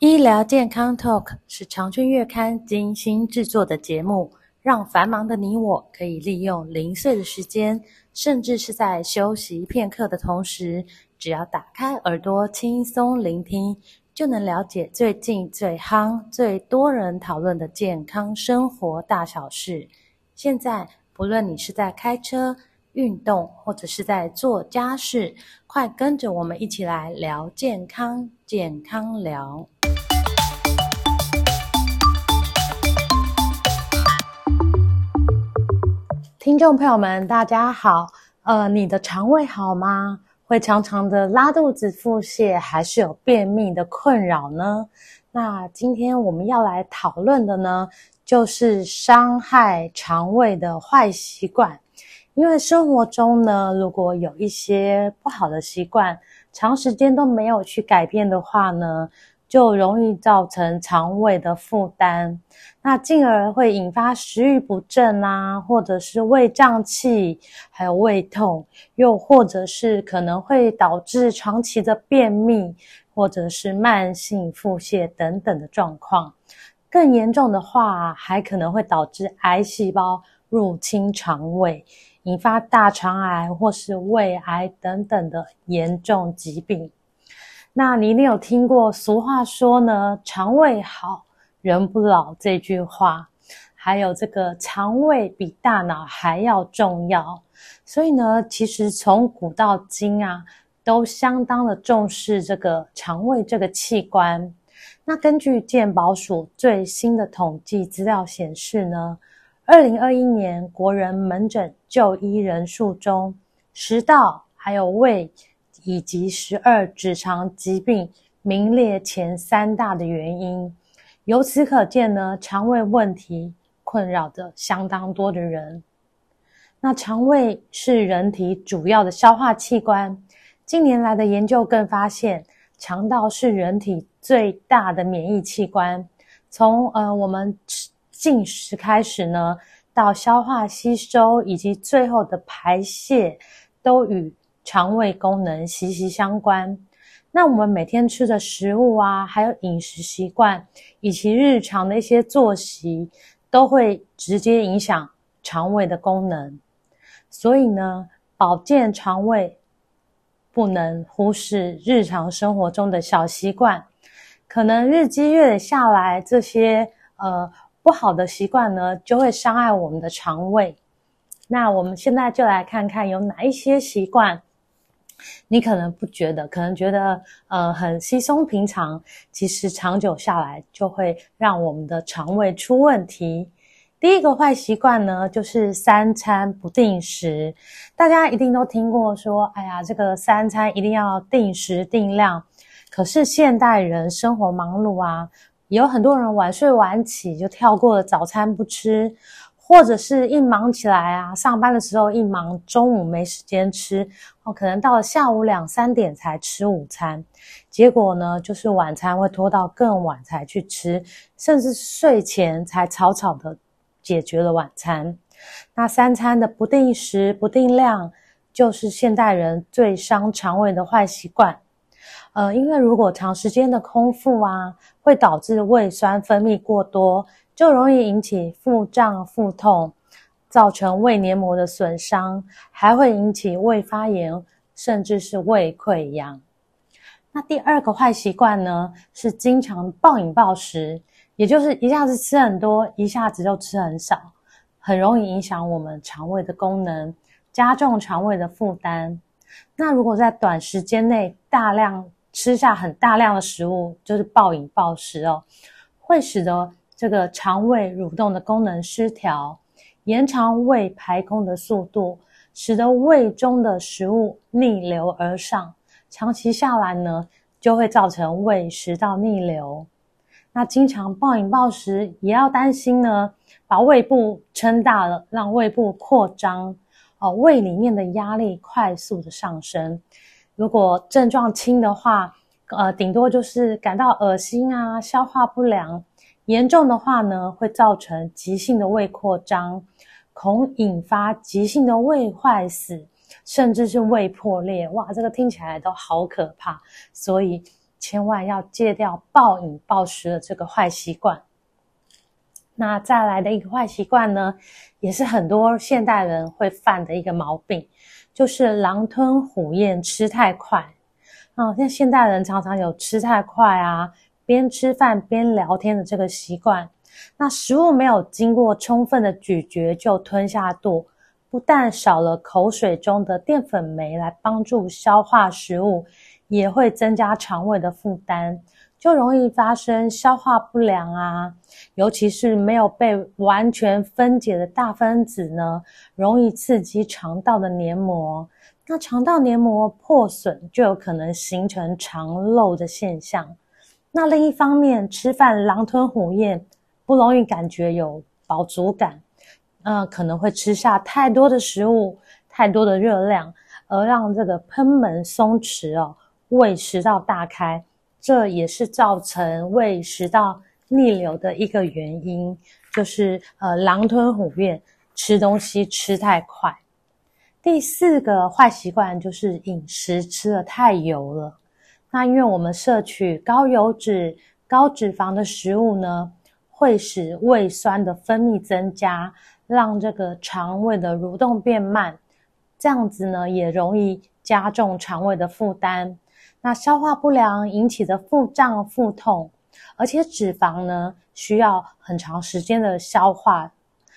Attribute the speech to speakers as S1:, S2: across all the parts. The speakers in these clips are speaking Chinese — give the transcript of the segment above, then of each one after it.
S1: 医疗健康 Talk 是长春月刊精心制作的节目，让繁忙的你我可以利用零碎的时间，甚至是在休息片刻的同时，只要打开耳朵轻松聆听，就能了解最近最夯、最多人讨论的健康生活大小事。现在，不论你是在开车、运动，或者是在做家事，快跟着我们一起来聊健康，健康聊。听众朋友们大家好，你的肠胃好吗？会常常的拉肚子、腹泻，还是有便秘的困扰呢？那今天我们要来讨论的呢，就是伤害肠胃的坏习惯。因为生活中呢，如果有一些不好的习惯，长时间都没有去改变的话呢，就容易造成肠胃的负担，那进而会引发食欲不振啊，或者是胃胀气，还有胃痛，又或者是可能会导致长期的便秘，或者是慢性腹泻等等的状况。更严重的话，还可能会导致癌细胞入侵肠胃，引发大肠癌或是胃癌等等的严重疾病。那你一定有听过俗话说呢，肠胃好人不老这句话，还有这个肠胃比大脑还要重要。所以呢，其实从古到今啊，都相当的重视这个肠胃这个器官。那根据健保署最新的统计资料显示呢，2021年国人门诊就医人数中，食道还有胃以及12直肠疾病名列前3大的原因。由此可见呢，肠胃问题困扰着相当多的人。那肠胃是人体主要的消化器官，近年来的研究更发现，肠道是人体最大的免疫器官。从我们进食开始呢，到消化吸收以及最后的排泄，都与肠胃功能息息相关。那我们每天吃的食物啊，还有饮食习惯，以及日常的一些作息，都会直接影响肠胃的功能。所以呢，保健肠胃不能忽视日常生活中的小习惯，可能日积月累下来，这些不好的习惯呢，就会伤害我们的肠胃。那我们现在就来看看有哪一些习惯你可能不觉得，可能觉得很稀松平常，其实长久下来就会让我们的肠胃出问题。第一个坏习惯呢，就是3餐不定时。大家一定都听过说，哎呀，这个3餐一定要定时定量。可是现代人生活忙碌啊，也有很多人晚睡晚起，就跳过了早餐不吃，或者是一忙起来啊，上班的时候一忙，中午没时间吃，可能到了下午2、3点才吃午餐，结果呢，就是晚餐会拖到更晚才去吃，甚至睡前才草草的解决了晚餐。那3餐的不定时、不定量，就是现代人最伤肠胃的坏习惯。因为如果长时间的空腹啊，会导致胃酸分泌过多，就容易引起腹胀、腹痛，造成胃黏膜的损伤，还会引起胃发炎，甚至是胃溃疡。那第二个坏习惯呢，是经常暴饮暴食，也就是一下子吃很多，一下子就吃很少，很容易影响我们肠胃的功能，加重肠胃的负担。那如果在短时间内吃下很大量的食物，就是暴饮暴食哦，会使得这个肠胃蠕动的功能失调，延长胃排空的速度，使得胃中的食物逆流而上，长期下来呢，就会造成胃食道逆流。那经常暴饮暴食也要担心呢，把胃部撑大了，让胃部扩张，胃里面的压力快速的上升。如果症状轻的话，顶多就是感到恶心啊，消化不良。严重的话呢，会造成急性的胃扩张，恐引发急性的胃坏死，甚至是胃破裂。哇，这个听起来都好可怕。所以千万要戒掉暴饮暴食的这个坏习惯。那再来的一个坏习惯呢，也是很多现代人会犯的一个毛病，就是狼吞虎咽吃太快。像现代人常常有吃太快啊，边吃饭边聊天的这个习惯。那食物没有经过充分的咀嚼就吞下肚，不但少了口水中的淀粉酶来帮助消化食物，也会增加肠胃的负担，就容易发生消化不良啊。尤其是没有被完全分解的大分子呢，容易刺激肠道的黏膜。那肠道黏膜破损，就有可能形成肠漏的现象。那另一方面，吃饭狼吞虎咽，不容易感觉有饱足感，可能会吃下太多的食物，太多的热量，而让这个贲门松弛胃食道大开，这也是造成胃食道逆流的一个原因，就是狼吞虎咽，吃东西吃太快。第4个坏习惯就是饮食吃得太油了。那因为我们摄取高油脂、高脂肪的食物呢，会使胃酸的分泌增加，让这个肠胃的蠕动变慢，这样子呢也容易加重肠胃的负担。那消化不良引起的腹胀、腹痛，而且脂肪呢需要很长时间的消化，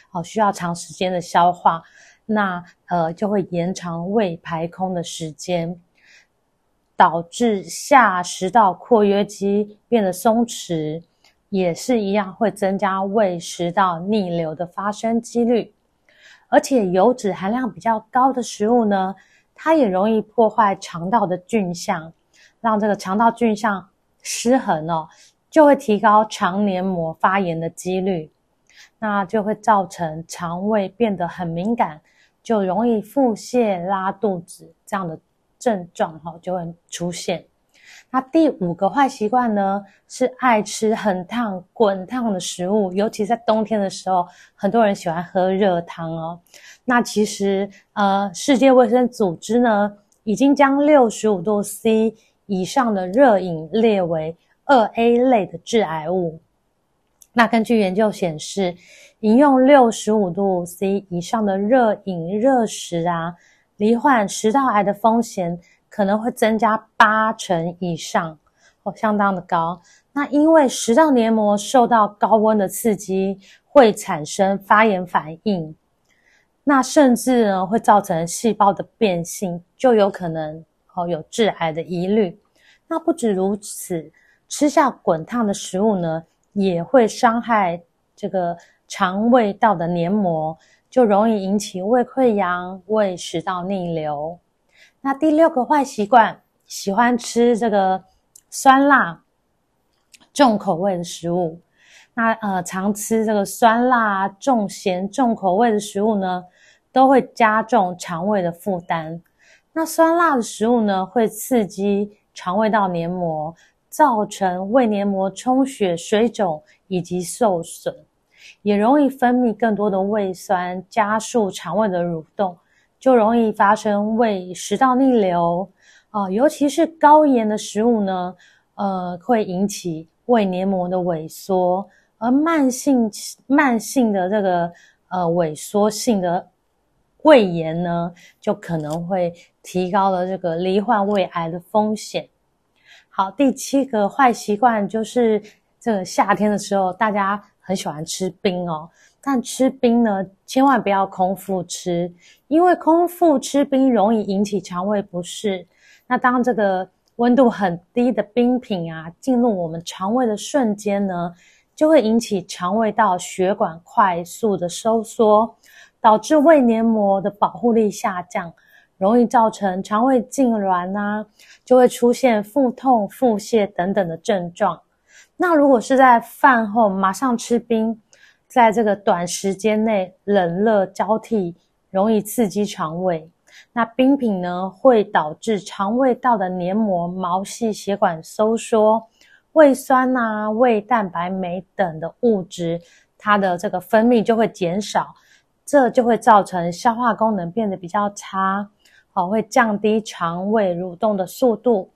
S1: 那就会延长胃排空的时间，导致下食道括约肌变得松弛，也是一样会增加胃食道逆流的发生几率。而且油脂含量比较高的食物呢，它也容易破坏肠道的菌相，让这个肠道菌相失衡就会提高肠黏膜发炎的几率，那就会造成肠胃变得很敏感，就容易腹泻、拉肚子这样的症状就会出现。那第5个坏习惯呢，是爱吃很烫、滚烫的食物，尤其在冬天的时候，很多人喜欢喝热汤那其实世界卫生组织呢，已经将65度 C 以上的热饮列为2A 类的致癌物。那根据研究显示，饮用65度 C 以上的热饮、热食罹患食道癌的风险可能会增加8成以上，相当的高。那因为食道黏膜受到高温的刺激，会产生发炎反应，那甚至呢会造成细胞的变性，就有可能有致癌的疑虑。那不止如此，吃下滚烫的食物呢，也会伤害这个肠胃道的黏膜，就容易引起胃溃疡、胃食道逆流。那第6个坏习惯，喜欢吃这个酸辣重口味的食物。那常吃这个酸辣、重咸、重口味的食物呢，都会加重肠胃的负担。那酸辣的食物呢，会刺激肠胃道黏膜，造成胃黏膜充血、水肿以及受损，也容易分泌更多的胃酸，加速肠胃的蠕动，就容易发生胃食道逆流尤其是高盐的食物呢，会引起胃黏膜的萎缩，而慢性的这个萎缩性的胃炎呢，就可能会提高了这个罹患胃癌的风险。好，第7个坏习惯就是这个夏天的时候，大家很喜欢吃冰但吃冰呢，千万不要空腹吃，因为空腹吃冰容易引起肠胃不适。那当这个温度很低的冰品进入我们肠胃的瞬间呢，就会引起肠胃道血管快速的收缩，导致胃黏膜的保护力下降，容易造成肠胃痉挛就会出现腹痛、腹泻等等的症状。那如果是在饭后马上吃冰，在这个短时间内冷热交替，容易刺激肠胃。那冰品呢，会导致肠胃道的黏膜、毛细血管收缩，胃酸胃蛋白酶等的物质，它的这个分泌就会减少，这就会造成消化功能变得比较差会降低肠胃蠕动的速度，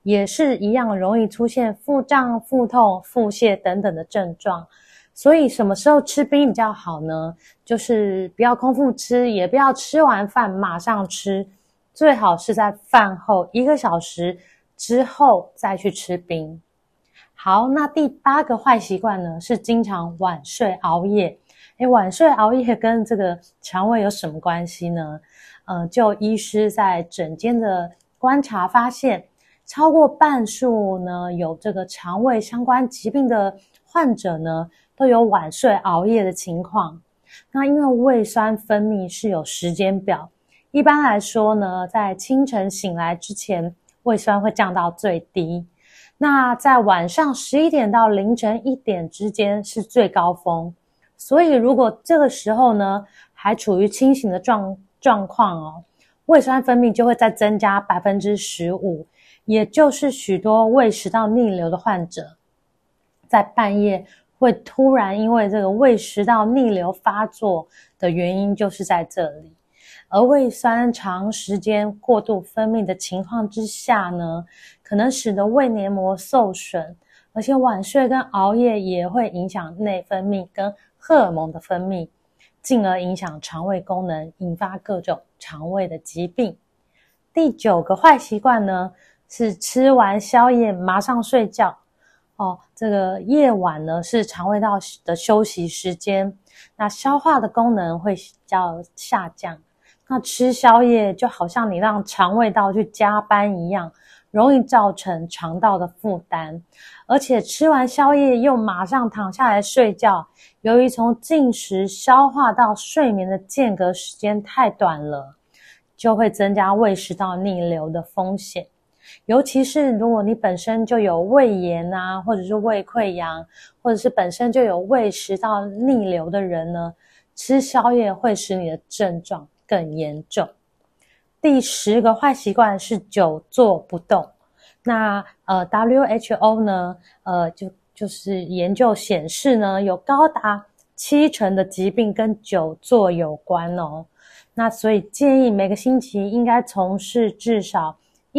S1: 也是一样容易出现腹胀、腹痛、腹泻等等的症状。所以什么时候吃冰比较好呢？就是不要空腹吃，也不要吃完饭马上吃，最好是在饭后1个小时之后再去吃冰。好，那第8个坏习惯呢，是经常晚睡熬夜。晚睡熬夜跟这个肠胃有什么关系呢？就医师在诊间的观察发现，超过半数呢有这个肠胃相关疾病的患者呢，都有晚睡熬夜的情况。那因为胃酸分泌是有时间表，一般来说呢，在清晨醒来之前，胃酸会降到最低。那在晚上11点到凌晨1点之间是最高峰。所以如果这个时候呢，还处于清醒的状况胃酸分泌就会再增加 15%， 也就是许多胃食道逆流的患者，在半夜会突然因为这个胃食道逆流发作的原因就是在这里。而胃酸长时间过度分泌的情况之下呢，可能使得胃黏膜受损，而且晚睡跟熬夜也会影响内分泌跟荷尔蒙的分泌，进而影响肠胃功能，引发各种肠胃的疾病。第9个坏习惯呢，是吃完宵夜马上睡觉。这个夜晚呢是肠胃道的休息时间，那消化的功能会比较下降。那吃宵夜就好像你让肠胃道去加班一样，容易造成肠道的负担。而且吃完宵夜又马上躺下来睡觉，由于从进食消化到睡眠的间隔时间太短了，就会增加胃食道逆流的风险。尤其是如果你本身就有胃炎啊，或者是胃溃疡，或者是本身就有胃食道逆流的人呢，吃宵夜会使你的症状更严重。第10个坏习惯是久坐不动。那WHO 呢就是研究显示呢，有高达70%的疾病跟久坐有关那所以建议每个星期应该从事至少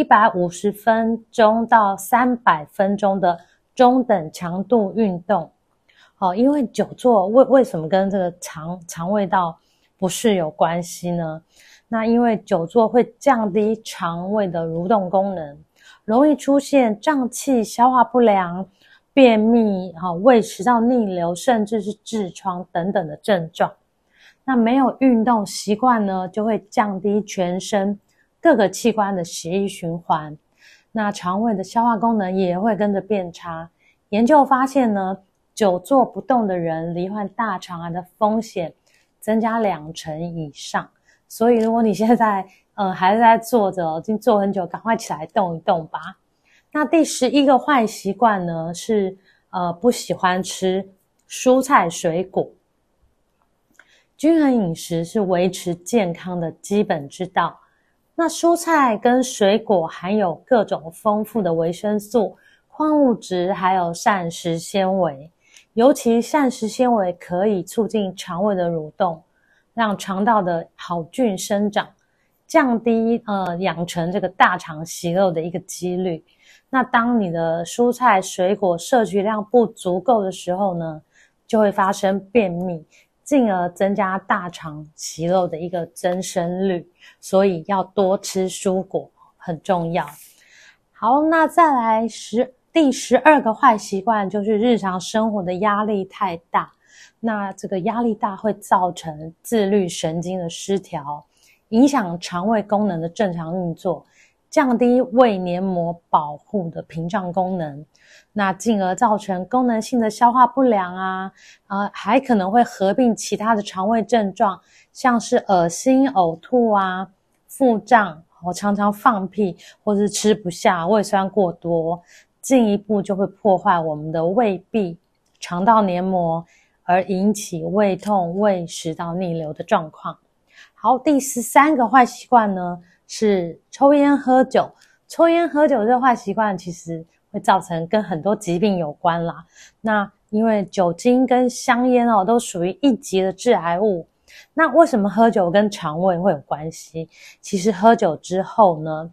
S1: 150分钟到300分钟的中等强度运动。因为久坐为什么跟这个肠胃道不适有关系呢？那因为久坐会降低肠胃的蠕动功能，容易出现胀气、消化不良、便秘、胃食道逆流，甚至是痔疮等等的症状。那没有运动习惯呢，就会降低全身各个器官的血液循环，那肠胃的消化功能也会跟着变差。研究发现呢，久坐不动的人罹患大肠癌的风险增加20%以上。所以如果你现在还是在坐着，已经坐很久，赶快起来动一动吧。那第11个坏习惯呢，是不喜欢吃蔬菜水果。均衡饮食是维持健康的基本之道。那蔬菜跟水果含有各种丰富的维生素、矿物质，还有膳食纤维。尤其膳食纤维可以促进肠胃的蠕动，让肠道的好菌生长，降低养成这个大肠息肉的一个几率。那当你的蔬菜水果摄取量不足够的时候呢，就会发生便秘，进而增加大肠息肉的一个增生率。所以要多吃蔬果很重要。好，那再来第12个坏习惯就是日常生活的压力太大。那这个压力大会造成自律神经的失调，影响肠胃功能的正常运作，降低胃黏膜保护的屏障功能，那进而造成功能性的消化不良还可能会合并其他的肠胃症状，像是恶心、呕吐腹胀，常常放屁或是吃不下，胃酸过多，进一步就会破坏我们的胃壁、肠道黏膜，而引起胃痛、胃食道逆流的状况。好，第13个坏习惯呢是抽烟喝酒。抽烟喝酒这个坏习惯其实会造成跟很多疾病有关啦。那因为酒精跟香烟都属于1级的致癌物。那为什么喝酒跟肠胃会有关系？其实喝酒之后呢，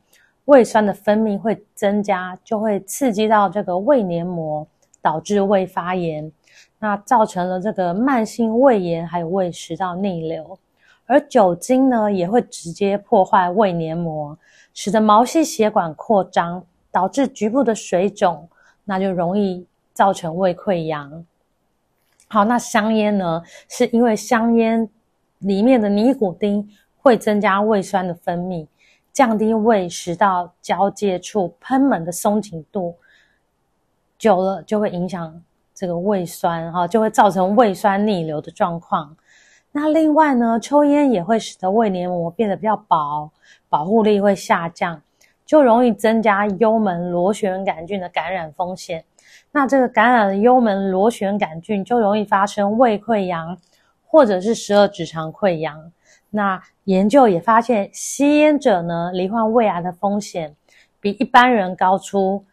S1: 胃酸的分泌会增加，就会刺激到这个胃黏膜，导致胃发炎，那造成了这个慢性胃炎还有胃食道逆流。而酒精呢也会直接破坏胃黏膜，使得毛细血管扩张，导致局部的水肿，那就容易造成胃溃疡。好，那香烟呢，是因为香烟里面的尼古丁会增加胃酸的分泌，降低胃食道交界处贲门的松紧度，久了就会影响这个胃酸，就会造成胃酸逆流的状况。那另外呢，抽烟也会使得胃黏膜变得比较薄，保护力会下降，就容易增加幽门螺旋杆菌的感染风险。那这个感染的幽门螺旋杆菌就容易发生胃溃疡或者是十二指肠溃疡。那研究也发现，吸烟者呢，罹患胃癌的风险比一般人高出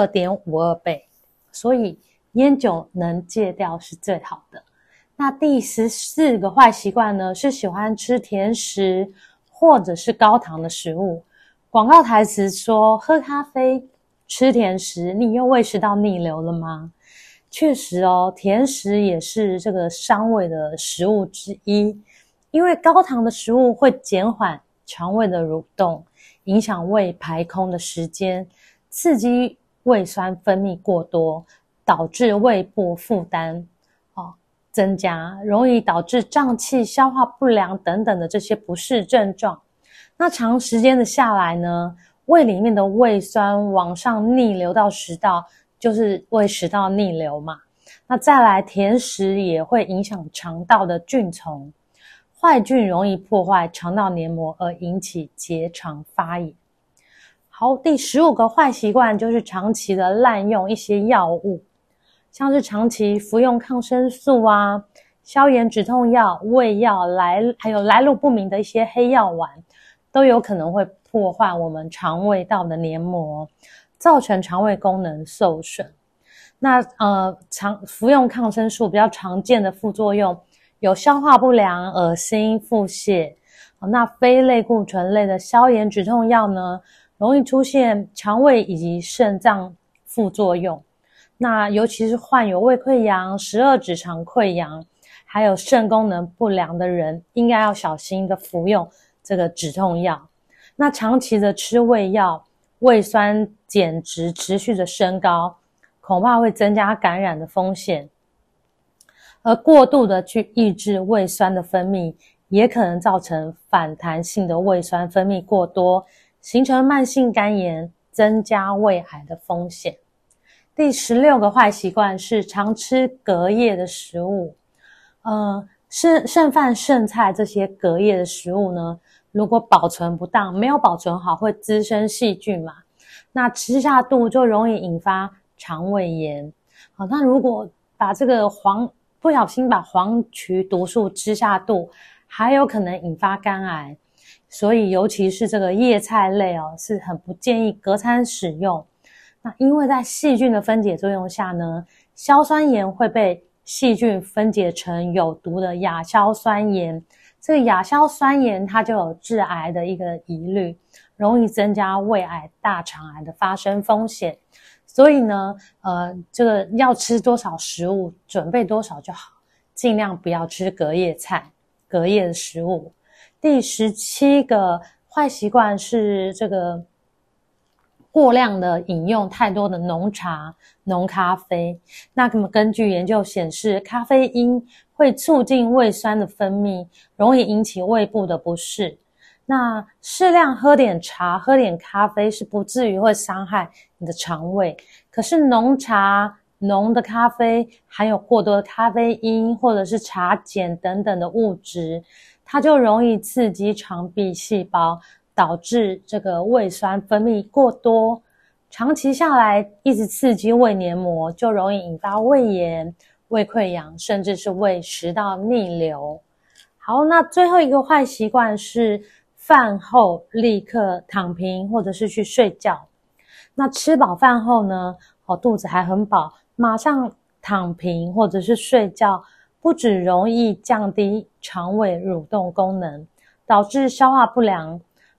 S1: 2.52 倍，所以烟酒能戒掉是最好的。那第14个坏习惯呢，是喜欢吃甜食或者是高糖的食物。广告台词说喝咖啡吃甜食，你又胃食道逆流了吗？确实哦，甜食也是这个伤胃的食物之一，因为高糖的食物会减缓肠胃的蠕动，影响胃排空的时间，刺激胃酸分泌过多，导致胃部负担增加，容易导致胀气、消化不良等等的这些不适症状。那长时间的下来呢，胃里面的胃酸往上逆流到食道，就是胃食道逆流嘛。那再来，甜食也会影响肠道的菌丛，坏菌容易破坏肠道黏膜而引起结肠发炎。好，第15个坏习惯就是长期的滥用一些药物，像是长期服用抗生素啊、消炎止痛药、胃药还有来路不明的一些黑药丸，都有可能会破坏我们肠胃道的黏膜，造成肠胃功能受损。那服用抗生素比较常见的副作用有消化不良、恶心、腹泻。那非类固醇类的消炎止痛药呢，容易出现肠胃以及肾脏副作用。那尤其是患有胃溃疡、十二指肠溃疡，还有肾功能不良的人，应该要小心的服用这个止痛药。那长期的吃胃药，胃酸碱值持续的升高，恐怕会增加感染的风险。而过度的去抑制胃酸的分泌，也可能造成反弹性的胃酸分泌过多，形成慢性肝炎，增加胃癌的风险。第16个坏习惯是常吃隔夜的食物。剩饭剩菜这些隔夜的食物呢，如果保存不当，没有保存好，会滋生细菌嘛，那吃下肚就容易引发肠胃炎。好，那如果把这个不小心把黄曲毒素吃下肚，还有可能引发肝癌。所以尤其是这个叶菜类是很不建议隔餐使用。那因为在细菌的分解作用下呢，硝酸盐会被细菌分解成有毒的亚硝酸盐，这个亚硝酸盐它就有致癌的一个疑虑，容易增加胃癌、大肠癌的发生风险。所以呢，这个要吃多少食物，准备多少就好，尽量不要吃隔夜菜、隔夜的食物。第17个坏习惯是这个过量的饮用太多的浓茶、浓咖啡。那么根据研究显示，咖啡因会促进胃酸的分泌，容易引起胃部的不适。那适量喝点茶、喝点咖啡是不至于会伤害你的肠胃。可是浓茶、浓的咖啡含有过多的咖啡因或者是茶碱等等的物质，它就容易刺激肠壁细胞，导致这个胃酸分泌过多，长期下来一直刺激胃黏膜，就容易引发胃炎、胃溃疡，甚至是胃食道逆流。好，那最后一个坏习惯是饭后立刻躺平或者是去睡觉。那吃饱饭后呢，肚子还很饱，马上躺平或者是睡觉，不只容易降低肠胃蠕动功能，导致消化不良，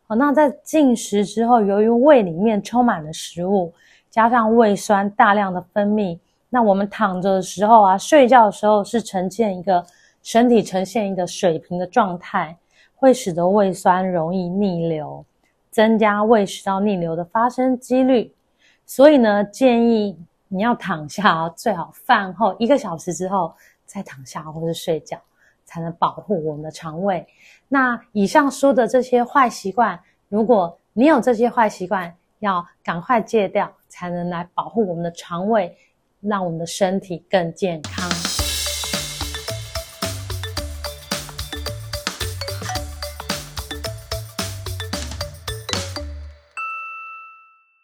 S1: 那在进食之后，由于胃里面充满了食物，加上胃酸大量的分泌，那我们躺着的时候啊，睡觉的时候是身体呈现一个水平的状态，会使得胃酸容易逆流，增加胃食道逆流的发生几率。所以呢，建议你要躺下最好饭后1个小时之后再躺下或是睡觉，才能保护我们的肠胃。那以上说的这些坏习惯，如果你有这些坏习惯，要赶快戒掉，才能来保护我们的肠胃，让我们的身体更健康。